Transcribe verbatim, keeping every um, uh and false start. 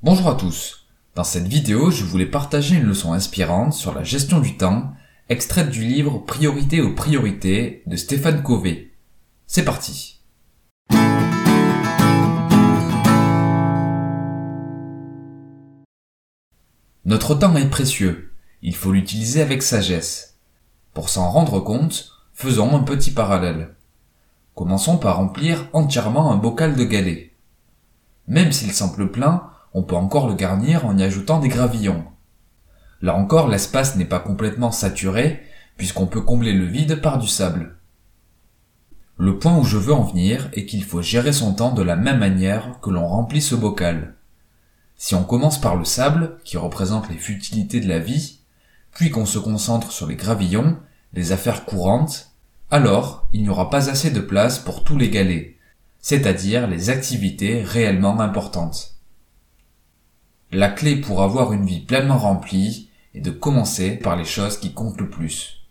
Bonjour à tous. Dans cette vidéo, je voulais partager une leçon inspirante sur la gestion du temps, extraite du livre Priorité aux priorités de Stephen Covey. C'est parti. Notre temps est précieux. Il faut l'utiliser avec sagesse. Pour s'en rendre compte, faisons un petit parallèle. Commençons par remplir entièrement un bocal de galets. Même s'il semble plein, on peut encore le garnir en y ajoutant des gravillons. Là encore, l'espace n'est pas complètement saturé, puisqu'on peut combler le vide par du sable. Le point où je veux en venir est qu'il faut gérer son temps de la même manière que l'on remplit ce bocal. Si on commence par le sable, qui représente les futilités de la vie, puis qu'on se concentre sur les gravillons, les affaires courantes, alors il n'y aura pas assez de place pour tous les galets, c'est-à-dire les activités réellement importantes. La clé pour avoir une vie pleinement remplie est de commencer par les choses qui comptent le plus.